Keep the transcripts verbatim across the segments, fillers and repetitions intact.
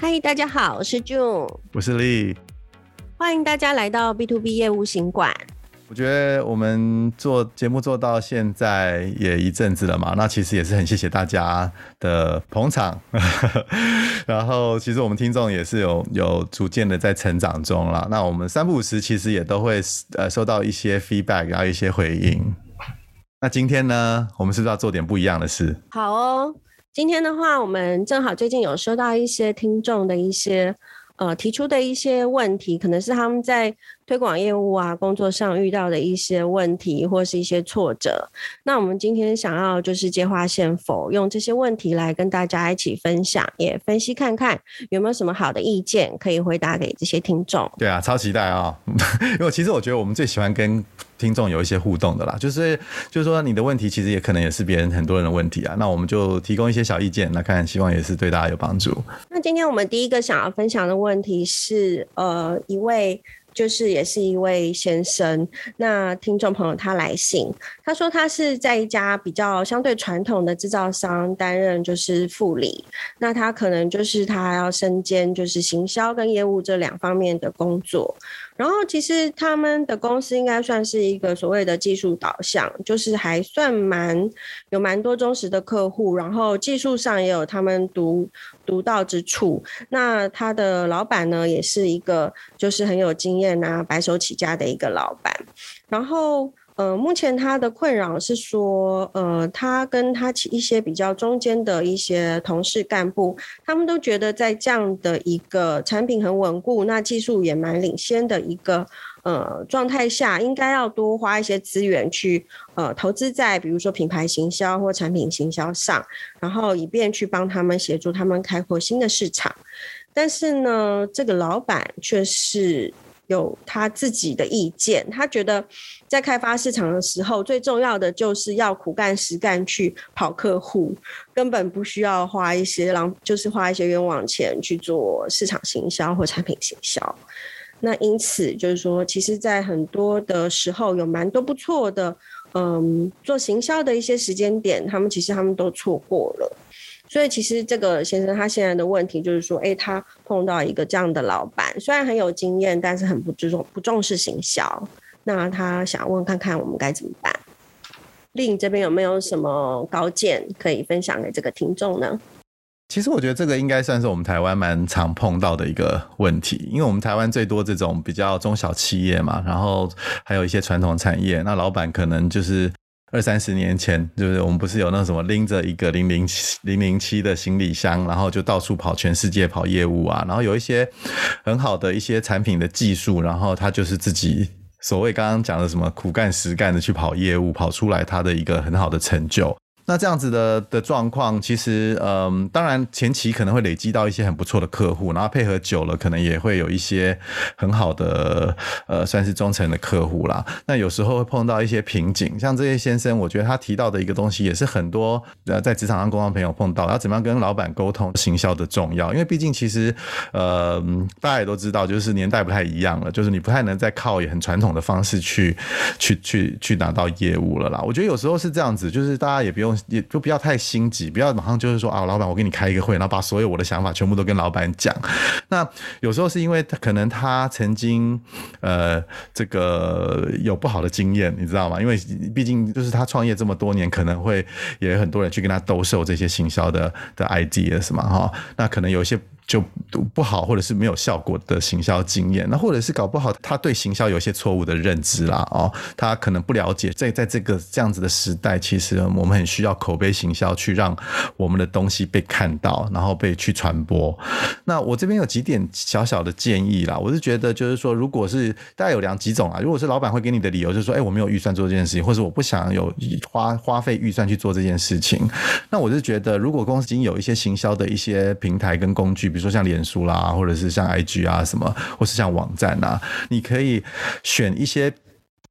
嗨，大家好，我是 June， 我是 Lee， 欢迎大家来到 B to B 业务行馆。 我觉得我们做节目做到现在也一阵子了嘛，那其实也是很谢谢大家的捧场然后其实我们听众也是有有逐渐的在成长中啦，那我们三不五时其实也都会呃收到一些 feedback 然后一些回应。那今天呢，我们是不是要做点不一样的事？ 好哦，今天的话我们正好最近有收到一些听众的一些呃提出的一些问题，可能是他们在推广业务啊工作上遇到的一些问题或是一些挫折，那我们今天想要就是接话献佛，用这些问题来跟大家一起分享，也分析看看有没有什么好的意见可以回答给这些听众。 对啊，超期待啊、哦！因为其实我觉得我们最喜欢跟听众有一些互动的啦，就是就是说你的问题其实也可能也是别人很多人的问题啊，那我们就提供一些小意见，那看希望也是对大家有帮助。 那今天我们第一个想要分享的问题是呃一位就是也是一位先生，那听众朋友他来信，他说他是在一家比较相对传统的制造商担任就是副理，那他可能就是他要身兼就是行销跟业务这两方面的工作，然后其实他们的公司应该算是一个所谓的技术导向，就是还算蛮有蛮多忠实的客户，然后技术上也有他们独独到之处，那他的老板呢也是一个就是很有经验啊白手起家的一个老板，然后呃，目前他的困扰是说，呃，他跟他一些比较中间的一些同事干部，他们都觉得在这样的一个产品很稳固，那技术也蛮领先的一个呃状态下，应该要多花一些资源去呃投资在比如说品牌行销或产品行销上，然后以便去帮他们协助他们开拓新的市场。但是呢，这个老板却是有他自己的意见，他觉得在开发市场的时候，最重要的就是要苦干实干去跑客户，根本不需要花一些就是花一些冤枉钱去做市场行销或产品行销。那因此就是说，其实在很多的时候有蛮多不错的嗯，做行销的一些时间点，他们其实他们都错过了。所以其实这个先生他现在的问题就是说，哎，他碰到一个这样的老板，虽然很有经验，但是很不注重不重视行销。那他想问看看我们该怎么办。丽颖这边有没有什么高见可以分享给这个听众呢？ 其实我觉得这个应该算是我们台湾蛮常碰到的一个问题，因为我们台湾最多这种比较中小企业嘛，然后还有一些传统产业，那老板可能就是二三十年前，就是我们不是有那什么拎着一个零零七的行李箱，然后就到处跑全世界跑业务啊，然后有一些很好的一些产品的技术，然后他就是自己所谓刚刚讲的什么苦干实干的去跑业务，跑出来他的一个很好的成就。那这样子的的状况，其实嗯，当然前期可能会累积到一些很不错的客户，然后配合久了，可能也会有一些很好的呃，算是忠诚的客户啦。那有时候会碰到一些瓶颈，像这些先生，我觉得他提到的一个东西，也是很多呃在职场上工作朋友碰到，要怎么样跟老板沟通行销的重要，因为毕竟其实呃，大家也都知道，就是年代不太一样了，就是你不太能再靠也很传统的方式去去去去拿到业务了啦。我觉得有时候是这样子，就是大家也不用。也就不要太心急，不要马上就是说啊，老板我给你开一个会，然后把所有我的想法全部都跟老板讲。那有时候是因为可能他曾经呃这个有不好的经验，你知道吗？因为毕竟就是他创业这么多年，可能会也有很多人去跟他兜售这些行销的的 ideas 嘛，哈。那可能有一些就不好或者是没有效果的行销经验，那或者是搞不好他对行销有一些错误的认知啦，哦，他可能不了解在在这个这样子的时代，其实我们很需要口碑行销去让我们的东西被看到，然后被去传播。那我这边有几点小小的建议啦，我是觉得就是说，如果是大概有两几种啊，如果是老板会给你的理由就是说，哎，我没有预算做这件事情，或者我不想有花花费预算去做这件事情，那我是觉得如果公司已经有一些行销的一些平台跟工具，比如说像脸书啦，或者是像 I G 啊什么，或是像网站啊，你可以选一些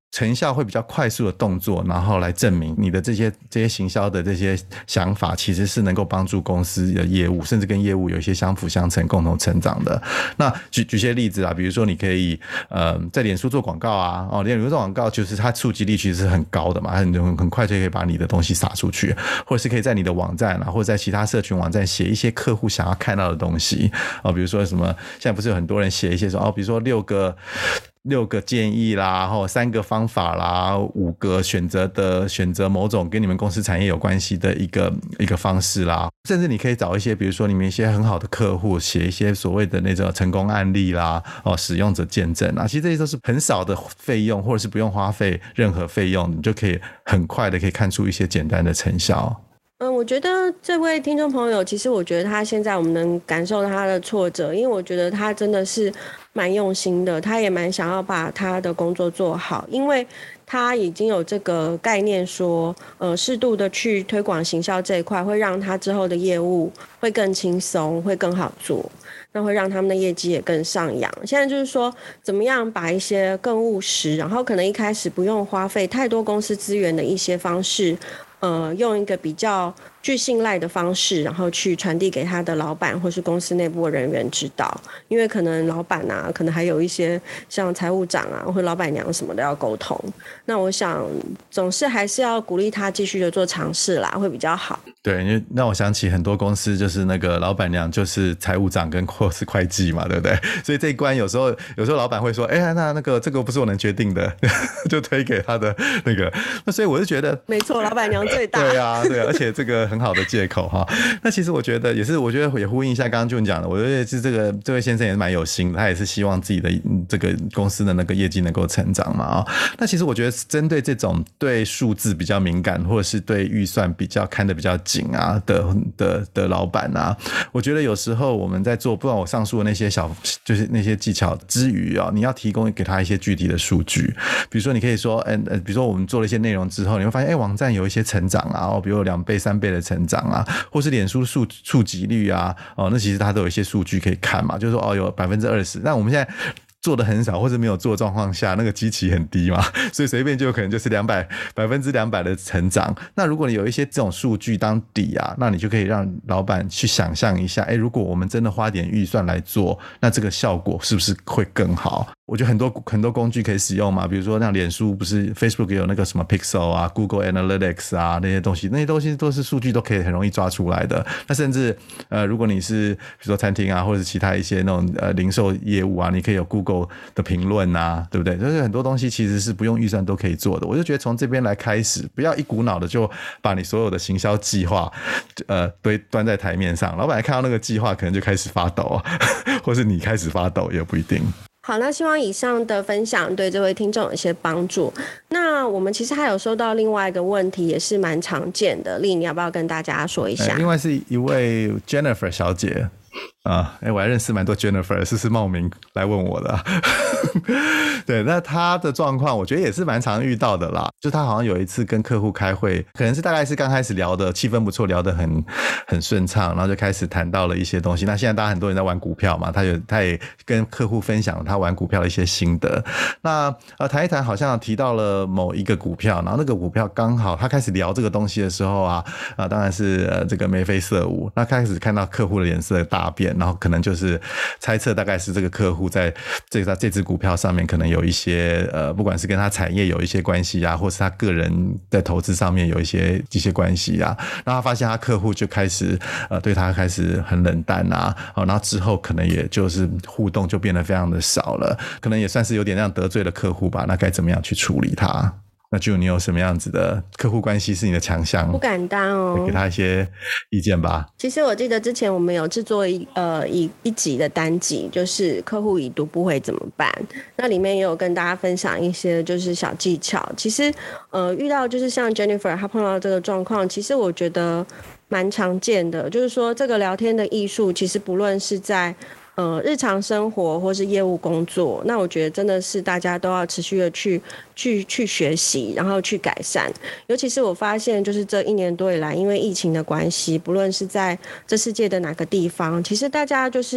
成效会比较快速的动作，然后来证明你的这些这些行销的这些想法其实是能够帮助公司的业务，甚至跟业务有一些相辅相成共同成长的。那举举些例子啊，比如说你可以呃在脸书做广告啊，哦，脸书做广告就是它触及率其实是很高的嘛，很很快就可以把你的东西撒出去，或者是可以在你的网站啊，或者在其他社群网站写一些客户想要看到的东西哦，比如说什么现在不是有很多人写一些说哦，比如说六个六个建议啦，或三个方法啦，五个选择的选择某种跟你们公司产业有关系的一个一个方式啦，甚至你可以找一些比如说你们一些很好的客户写一些所谓的那种成功案例啦，哦，使用者见证啊，其实这些都是很少的费用，或者是不用花费任何费用，你就可以很快的可以看出一些简单的成效。 嗯，我觉得这位听众朋友，其实我觉得他现在我们能感受到他的挫折，因为我觉得他真的是蛮用心的，他也蛮想要把他的工作做好，因为他已经有这个概念说，呃，适度的去推广行销这一块，会让他之后的业务会更轻松，会更好做，那会让他们的业绩也更上扬。现在就是说，怎么样把一些更务实，然后可能一开始不用花费太多公司资源的一些方式，呃，用一个比较具信赖的方式，然后去传递给他的老板或是公司内部的人员知道，因为可能老板啊，可能还有一些像财务长啊或老板娘什么的要沟通。那我想总是还是要鼓励他继续的做尝试啦，会比较好。 对，因为让我想起很多公司就是那个老板娘就是财务长跟或是会计嘛，对不对？所以这一关有时候有时候老板会说，哎呀，那那个这个不是我能决定的，就推给他的那个。那所以我就觉得， 没错，老板娘最大。 对啊，对啊，而且这个很好的借口哈。那其实我觉得也是，我觉得也呼应一下刚刚俊讲的，我觉得是这个这位先生也是蛮有心的，他也是希望自己的这个公司的那个业绩能够成长嘛啊。那其实我觉得针对这种对数字比较敏感，或者是对预算比较看得比较紧啊的的的老板啊，我觉得有时候我们在做，不管我上述的那些小就是那些技巧之余啊，你要提供给他一些具体的数据，比如说你可以说，嗯呃，比如说我们做了一些内容之后，你会发现，哎，网站有一些成长啊，哦，比如有两倍、三倍的成长啊，或是脸书触触及率啊，哦，那其实它都有一些数据可以看嘛，就是说哦，有百分之二十，那我们现在做的很少或者没有做的状况下，那个基期很低嘛，所以随便就有可能就是两百百分之两百的成长。那如果你有一些这种数据当底啊，那你就可以让老板去想象一下，哎，如果我们真的花点预算来做，那这个效果是不是会更好？我觉得很多很多工具可以使用嘛，比如说像脸书不是 Facebook 也有那个什么 Pixel 啊 Google Analytics 啊那些东西，那些东西都是数据都可以很容易抓出来的。那甚至呃如果你是比如说餐厅啊或者其他一些那种呃零售业务啊，你可以有 Google 的评论啊，对不对？就是很多东西其实是不用预算都可以做的。我就觉得从这边来开始，不要一股脑的就把你所有的行销计划呃堆端在台面上，老板看到那个计划可能就开始发抖或是你开始发抖也不一定。 好，那希望以上的分享对这位听众有一些帮助。那我们其实还有收到另外一个问题，也是蛮常见的，丽，你要不要跟大家说一下？ 另外是一位 Jennifer 小姐啊，哎，我还认识蛮多 Jennifer， 是是冒名来问我的、啊。对，那他的状况我觉得也是蛮常遇到的啦。就他好像有一次跟客户开会，可能是大概是刚开始聊的气氛不错，聊得很很顺畅，然后就开始谈到了一些东西。那现在大家很多人在玩股票嘛，他有他也跟客户分享了他玩股票的一些心得。那呃谈一谈，好像提到了某一个股票，然后那个股票刚好他开始聊这个东西的时候啊，啊、呃、当然是、呃、这个眉飞色舞。那开始看到客户的脸色大变，然后可能就是猜测大概是这个客户在这个这只股票上面可能有一些呃，不管是跟他产业有一些关系啊，或是他个人在投资上面有一些一些关系啊，然后他发现他客户就开始呃对他开始很冷淡啊，哦，然后之后可能也就是互动就变得非常的少了，可能也算是有点那样得罪了客户吧，那该怎么样去处理他？那就你有什么样子的客户关系是你的强项？ 不敢当哦， 给他一些意见吧。 其实我记得之前我们有制作一呃一一集的单集，就是客户已读不回怎么办？那里面也有跟大家分享一些就是小技巧。其实呃遇到就是像 Jennifer 她碰到这个状况，其实我觉得蛮常见的，就是说这个聊天的艺术，其实不论是在呃，日常生活或是业务工作，那我觉得真的是大家都要持续的去去去学习，然后去改善。尤其是我发现，就是这一年多以来，因为疫情的关系，不论是在这世界的哪个地方，其实大家就是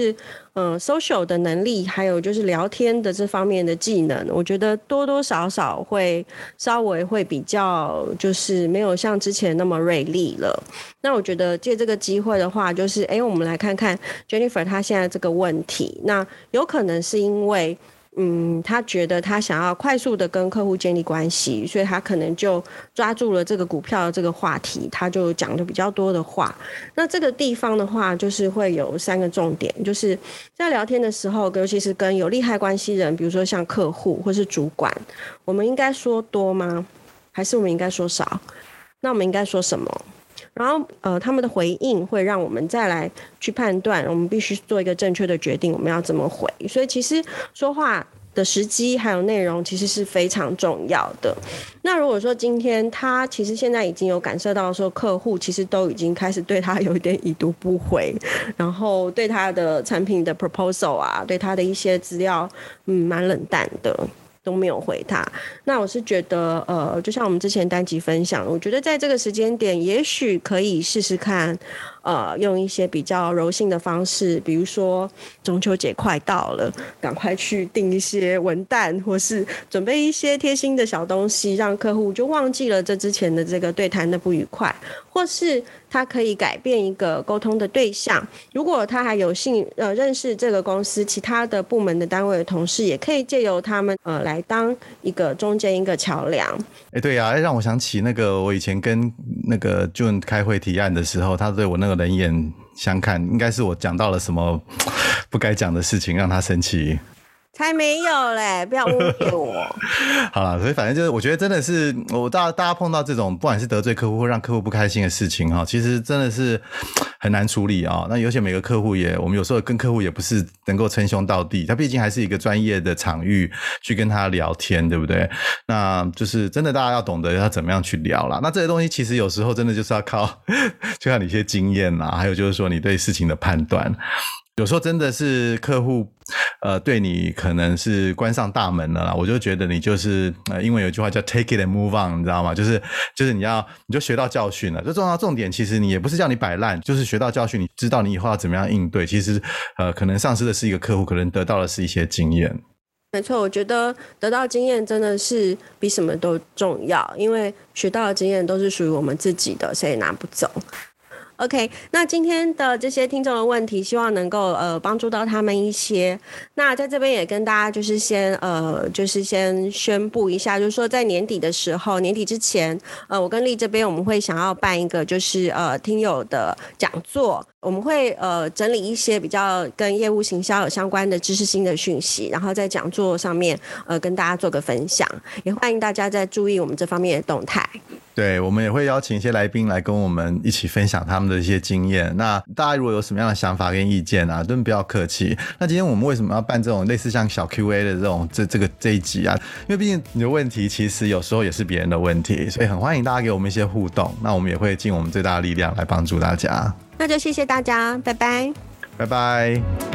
嗯、呃、social 的能力，还有就是聊天的这方面的技能，我觉得多多少少会稍微会比较就是没有像之前那么锐利了。那我觉得借这个机会的话，就是哎，我们来看看 Jennifer 她现在这个问题，那有可能是因为嗯，他觉得他想要快速的跟客户建立关系，所以他可能就抓住了这个股票的这个话题，他就讲的比较多的话。那这个地方的话，就是会有三个重点，就是在聊天的时候，尤其是跟有利害关系人，比如说像客户或是主管，我们应该说多吗？还是我们应该说少？那我们应该说什么？然后呃，他们的回应会让我们再来去判断，我们必须做一个正确的决定，我们要怎么回。所以其实说话的时机还有内容其实是非常重要的。那如果说今天他其实现在已经有感受到说客户其实都已经开始对他有一点已读不回，然后对他的产品的 proposal 啊，对他的一些资料嗯蛮冷淡的，都没有回他。那我是觉得呃就像我们之前单集分享，我觉得在这个时间点也许可以试试看呃用一些比较柔性的方式，比如说中秋节快到了，赶快去订一些文旦，或是准备一些贴心的小东西，让客户就忘记了这之前的这个对谈的不愉快，或是他可以改变一个沟通的对象。如果他还有幸呃认识这个公司其他的部门的单位的同事，也可以借由他们呃来当一个中间一个桥梁。 哎、欸，对呀、啊，让我想起那个我以前跟那个 June 开会提案的时候，他对我那个冷眼相看，应该是我讲到了什么不该讲的事情，让他生气。 才没有嘞，不要误会我。 好啦，所以反正就是我觉得真的是我大家大家碰到这种不管是得罪客户或让客户不开心的事情哈，其实真的是很难处理啊。那尤其每个客户也，我们有时候跟客户也不是能够称兄道弟，他毕竟还是一个专业的场域去跟他聊天，对不对？那就是真的大家要懂得要怎么样去聊啦。那这些东西其实有时候真的就是要靠就像你一些经验啦，还有就是说你对事情的判断。有时候真的是客户呃对你可能是关上大门了啦，我就觉得你就是呃英文有一句话叫 take it and move on， 你知道吗？就是就是你要你就学到教训了。最重要重点其实你也不是叫你摆烂，就是学到教训，你知道你以后要怎么样应对。其实呃可能丧失的是一个客户，可能得到的是一些经验。 没错，我觉得得到经验真的是比什么都重要，因为学到的经验都是属于我们自己的，谁也拿不走。OK， 那今天的这些听众的问题，希望能够呃帮助到他们一些。那在这边也跟大家就是先呃就是先宣布一下，就是说在年底的时候，年底之前，呃我跟丽这边我们会想要办一个就是呃听友的讲座。我们会呃整理一些比较跟业务行销有相关的知识性的讯息，然后在讲座上面呃跟大家做个分享，也欢迎大家再注意我们这方面的动态。 对，我们也会邀请一些来宾来跟我们一起分享他们的一些经验。那大家如果有什么样的想法跟意见啊，都不要客气。那今天我们为什么要办这种类似像小 Q A 的这种这这个这一集啊？因为毕竟你的问题其实有时候也是别人的问题，所以很欢迎大家给我们一些互动。那我们也会尽我们最大的力量来帮助大家。 那就谢谢大家，拜拜， 拜拜。